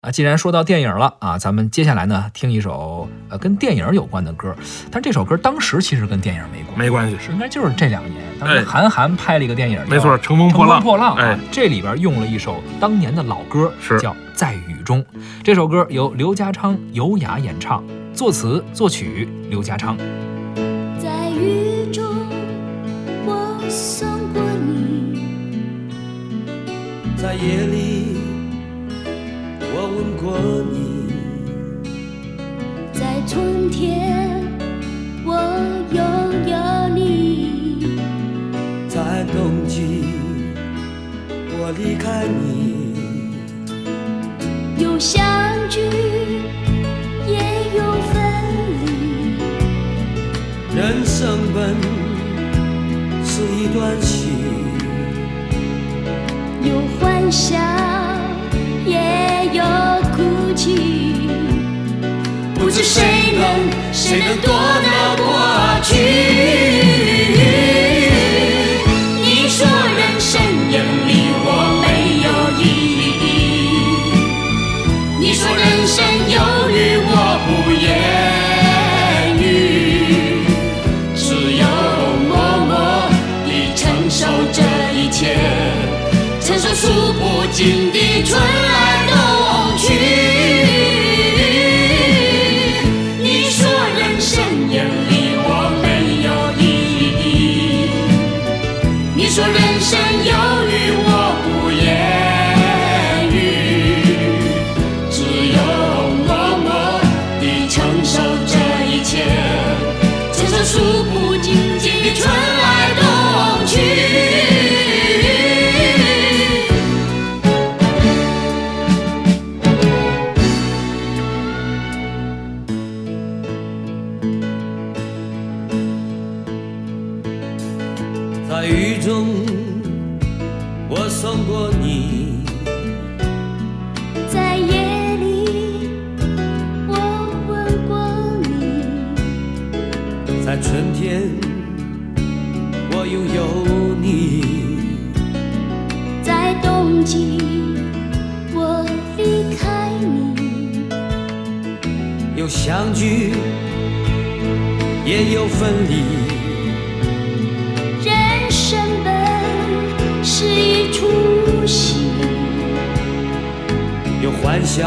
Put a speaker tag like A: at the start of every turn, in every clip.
A: 既然说到电影了啊，咱们接下来呢听一首跟电影有关的歌，但这首歌当时其实跟电影
B: 没关系，
A: 应该就是这2年，当时韩寒拍了一个电影，
B: 没错，乘风破浪，
A: 这里边用了一首当年的老歌，叫《在雨中》。这首歌由刘家昌、尤雅演唱，作词作曲刘家昌。
C: 在雨中，我送过你，
D: 在夜里。我吻过你，
C: 在春天我拥有你，
D: 在冬季我离开你，
C: 有相聚也有分离，
D: 人生本是一段戏，
C: 有欢笑也有哭泣，不知谁能躲得过去。你说人生眼里我没有意义，你说人生有雨我不言语，只有默默地承受这一切，承受数不尽的春来冬去。你说人生眼里我没有意义，你说人生有雨我不言语，只有默默地承受这一切，承受数不尽的春来冬去。
D: 在雨中我送过你，
C: 在夜里我吻过你，
D: 在春天我拥有你，
C: 在冬季我离开你，
D: 有相聚也有分离，
C: 人生本是一出戏，
D: 有欢笑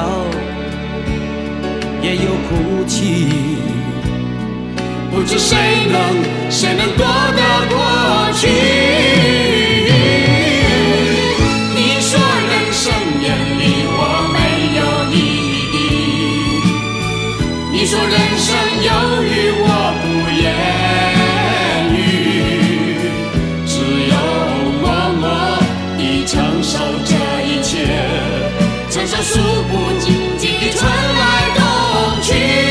D: 也有哭泣，
C: 不知谁能躲得过去。你说人生眼里我没有意义，你说人生有雨我不言语，只有默默地承受这一切，承受数不尽的春来冬去。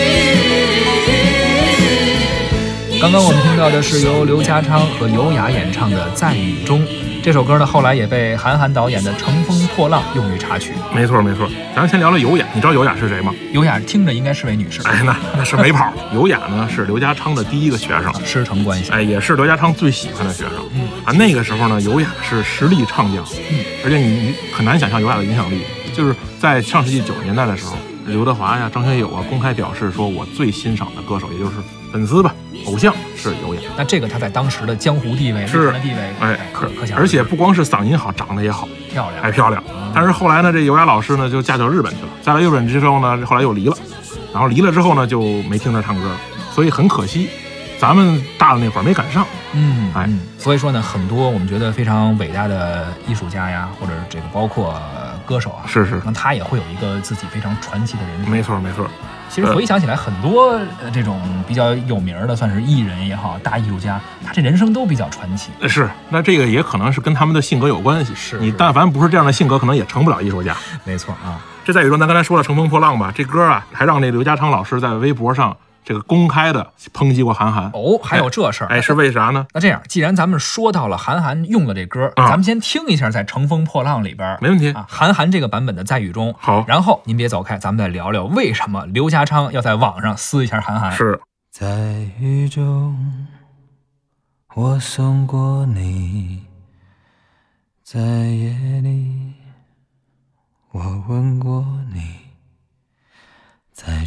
A: 刚刚我们听到的是由刘家昌和尤雅演唱的《在雨中》。这首歌呢，后来也被韩寒导演的《乘风破浪》用于插曲。
B: 没错没错，咱们先聊聊尤雅。你知道尤雅是谁吗？
A: 尤雅听着应该是位女士。
B: 那是没跑。尤雅呢是刘家昌的第一个学生，
A: 师承关系。
B: 也是刘家昌最喜欢的学生。那个时候呢，尤雅是实力唱将。而且你很难想象尤雅的影响力，就是在上世纪90年代的时候，刘德华呀、张学友啊公开表示说，我最欣赏的歌手，也就是粉丝吧，偶像是尤雅。
A: 那这个他在当时的江湖地位、
B: 是
A: 的地位，可想。
B: 而且不光是嗓音好，长得也好，漂亮。但是后来呢，这尤雅老师呢就嫁到日本去了。嫁到日本之后呢，后来又离了。然后离了之后呢，就没听他唱歌，所以很可惜，咱们大的那会儿没赶上。
A: 所以说呢，很多我们觉得非常伟大的艺术家呀，或者这个包括歌手啊，
B: 是，
A: 那他也会有一个自己非常传奇的人生。
B: 没错。
A: 其实回想起来，很多这种比较有名的，算是艺人也好，大艺术家，他这人生都比较传奇。
B: 是，那这个也可能是跟他们的性格有关系。
A: 是，
B: 你但凡不是这样的性格，可能也成不了艺术家。
A: 没错啊。
B: 这在雨中，咱刚才说了《乘风破浪》吧，这歌啊，还让这刘家昌老师在微博上这个公开的抨击过韩寒。
A: 还有这事儿？
B: 是为啥呢？
A: 那这样，既然咱们说到了韩寒用了这歌，咱们先听一下在《乘风破浪》里边，
B: 没问题。
A: 韩寒这个版本的《在雨中》。
B: 好，
A: 然后您别走开，咱们再聊聊为什么刘家昌要在网上撕一下韩寒。
B: 是
D: 在雨中，我送过你，在夜里，我吻过你，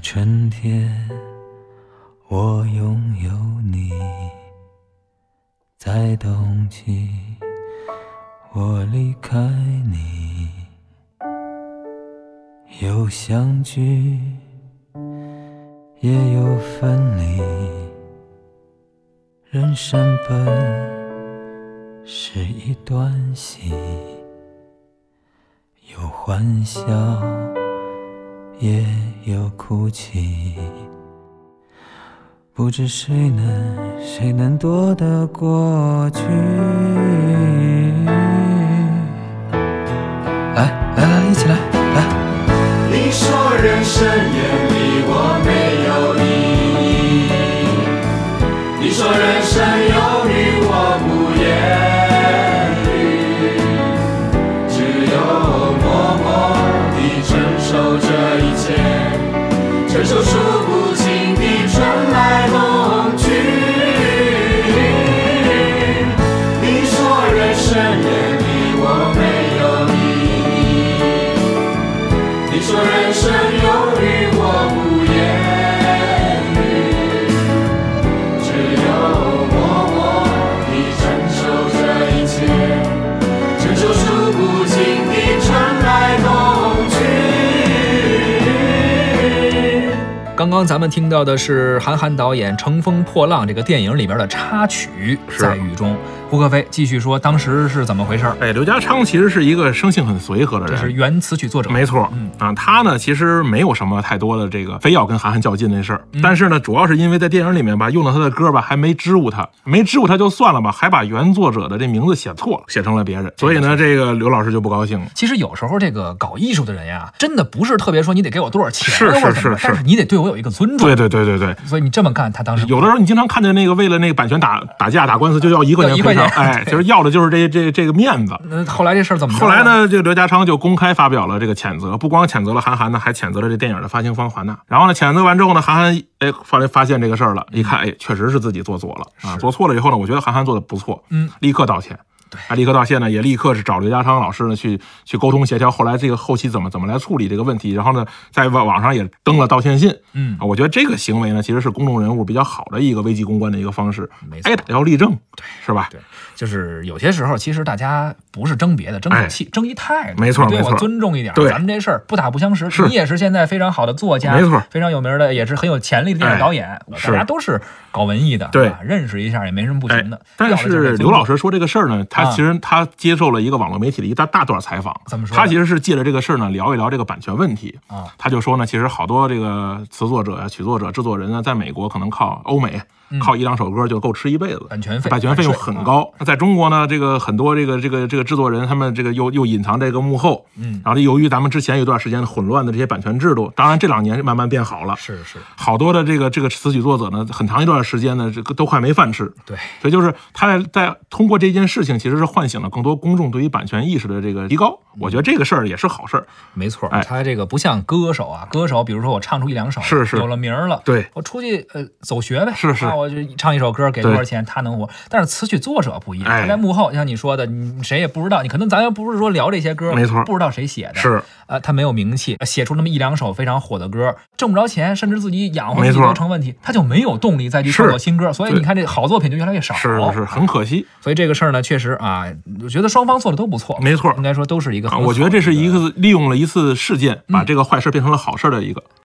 D: 春天我拥有你，在冬季我离开你，有相聚也有分离，人生本是一段戏，有欢笑也有哭泣，不知谁能躲得过去。来，一起来，来。
C: 你说人生眼里我没有意义，你说人生有你我不言语，只有默默地承受这一切，承受数不尽的春来冬去。你说人生眼里我没有意义，你说人生有你我不言语，只有默默地承受这一切，承受数不尽的春来冬去。
A: 刚刚咱们听到的是韩寒导演《乘风破浪》这个电影里边的插曲《在雨中》。胡可飞继续说，当时是怎么回事？
B: 刘家昌其实是一个生性很随和的人，
A: 这是原词曲作者，
B: 没错。他呢其实没有什么太多的这个非要跟韩寒较劲那事儿，但是呢，主要是因为在电影里面吧，用了他的歌吧，还没支吾他就算了吧，还把原作者的这名字写错了，写成了别人，所以呢，这个刘老师就不高兴了。
A: 其实有时候这个搞艺术的人呀，真的不是特别说你得给我多少钱，
B: 是，
A: 但是你得对我有一个尊重。
B: 对。
A: 所以你这么干，他当时
B: 有的时候你经常看见那个为了那个版权打架打官司就要1块钱赔偿，就是要的就是这个面子。
A: 后来这事儿怎么？
B: 后来呢，这个刘家昌就公开发表了这个谴责，不光谴责了韩寒呢，还谴责了这电影的发行方华纳。然后呢，谴责完之后呢，韩寒发现这个事儿了，一看确实是自己做错了啊，做错了以后呢，我觉得韩寒做的不错，立刻道歉。立刻道歉呢，也立刻是找刘家昌老师呢去沟通协调，后来这个后期怎么来处理这个问题，然后呢，在网上也登了道歉信。我觉得这个行为呢，其实是公众人物比较好的一个危机公关的一个方式。挨打要立正，是吧？
A: 对，就是有些时候其实大家不是争别的，争口气，争一态度。
B: 没错，
A: 对我尊重一点。咱们这事儿不打不相识。你也是现在非常好的作家，
B: 没错，
A: 非常有名的，也是很有潜力的电影导演。大家都是搞文艺的，
B: 对，
A: 认识一下也没什么不行的。
B: 但是刘老师说这个事儿呢，他接受了一个网络媒体的一大段采访。
A: 怎么说？
B: 他其实是借着这个事儿呢，聊一聊这个版权问题啊。他就说呢，其实好多这个词作者呀、曲作者、制作人呢，在美国可能靠欧美。靠1-2首歌就够吃一辈子，版权费用很高。那在中国呢，这个很多这个制作人，他们这个又隐藏这个幕后，然后由于咱们之前有段时间混乱的这些版权制度，当然这2年慢慢变好了，
A: 是
B: 好多的这个词曲作者呢，很长一段时间呢，这个都快没饭吃。
A: 对，
B: 所以就是他在通过这件事情，其实是唤醒了更多公众对于版权意识的这个提高。我觉得这个事儿也是好事儿。
A: 没错，他这个不像歌手啊，比如说我唱出1-2首，
B: 是
A: 有了名了，
B: 对，
A: 我出去走学呗，
B: 是。
A: 我就唱一首歌给多少钱他能火，但是词曲作者不一样，他在幕后像你说的，你谁也不知道，你可能咱又不是说聊这些歌，
B: 没错，
A: 不知道谁写的，
B: 是
A: 他没有名气，写出那么1-2首非常火的歌，挣不着钱，甚至自己养活自己都成问题，他就没有动力再去创作新歌，所以你看这好作品就越来越少，
B: 是很可惜。
A: 所以这个事儿呢，确实啊，我觉得双方做的都不错，
B: 没错，
A: 应该说都是一个很好的。
B: 我觉得这是一个利用了一次事件，把这个坏事变成了好事的一个。